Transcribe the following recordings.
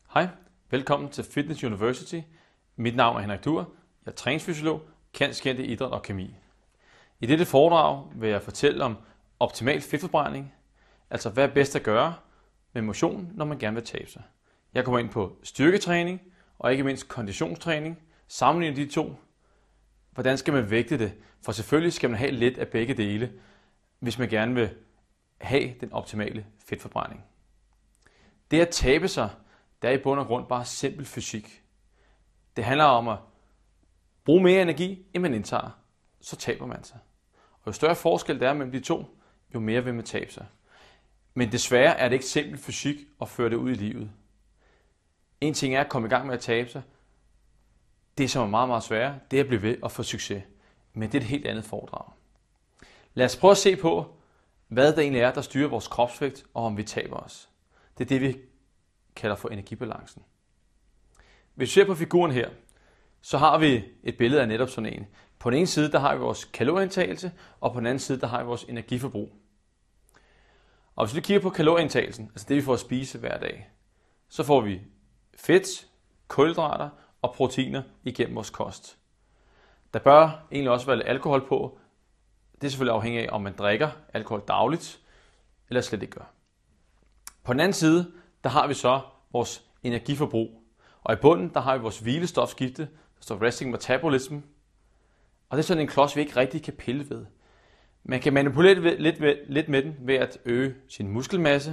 Hej, velkommen til Fitness University. Mit navn er Henrik Duer. Jeg er træningsfysiolog, kendt i idræt og kemi. I dette foredrag vil jeg fortælle om optimal fedtforbrænding, altså hvad er bedst at gøre med motion, når man gerne vil tabe sig. Jeg kommer ind på styrketræning og ikke mindst konditionstræning. Sammenligne de to. Hvordan skal man vægte det? For selvfølgelig skal man have lidt af begge dele, hvis man gerne vil have den optimale fedtforbrænding. Det at tabe sig, det er i bund og grund bare simpel fysik. Det handler om at bruge mere energi, end man indtager, så taber man sig. Og jo større forskel der er mellem de to, jo mere vil man tabe sig. Men desværre er det ikke simpel fysik at føre det ud i livet. En ting er at komme i gang med at tabe sig. Det, som er meget, meget sværere, det er at blive ved og få succes. Men det er et helt andet foredrag. Lad os prøve at se på, hvad det egentlig er, der styrer vores kropsvægt, og om vi taber os. Det er det, vi kalder for energibalancen. Hvis vi ser på figuren her, så har vi et billede af netop sådan en. På den ene side, der har vi vores kalorieindtagelse, og på den anden side, der har vi vores energiforbrug. Og hvis vi kigger på kalorieindtagelsen, altså det vi får at spise hver dag, så får vi fedt, kulhydrater og proteiner igennem vores kost. Der bør egentlig også være alkohol på. Det er selvfølgelig afhængigt af, om man drikker alkohol dagligt, eller slet ikke gør. På den anden side, der har vi så vores energiforbrug. Og i bunden, der har vi vores hvilestofskifte, der står resting metabolism. Og det er sådan en klods, vi ikke rigtig kan pille ved. Man kan manipulere lidt med den ved at øge sin muskelmasse.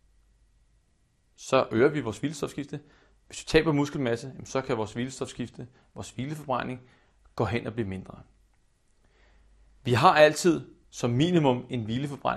Så øger vi vores hvilestofskifte. Hvis vi taber muskelmasse, så kan vores hvilestofskifte, vores hvileforbrænding, gå hen og blive mindre. Vi har altid som minimum en hvileforbrænding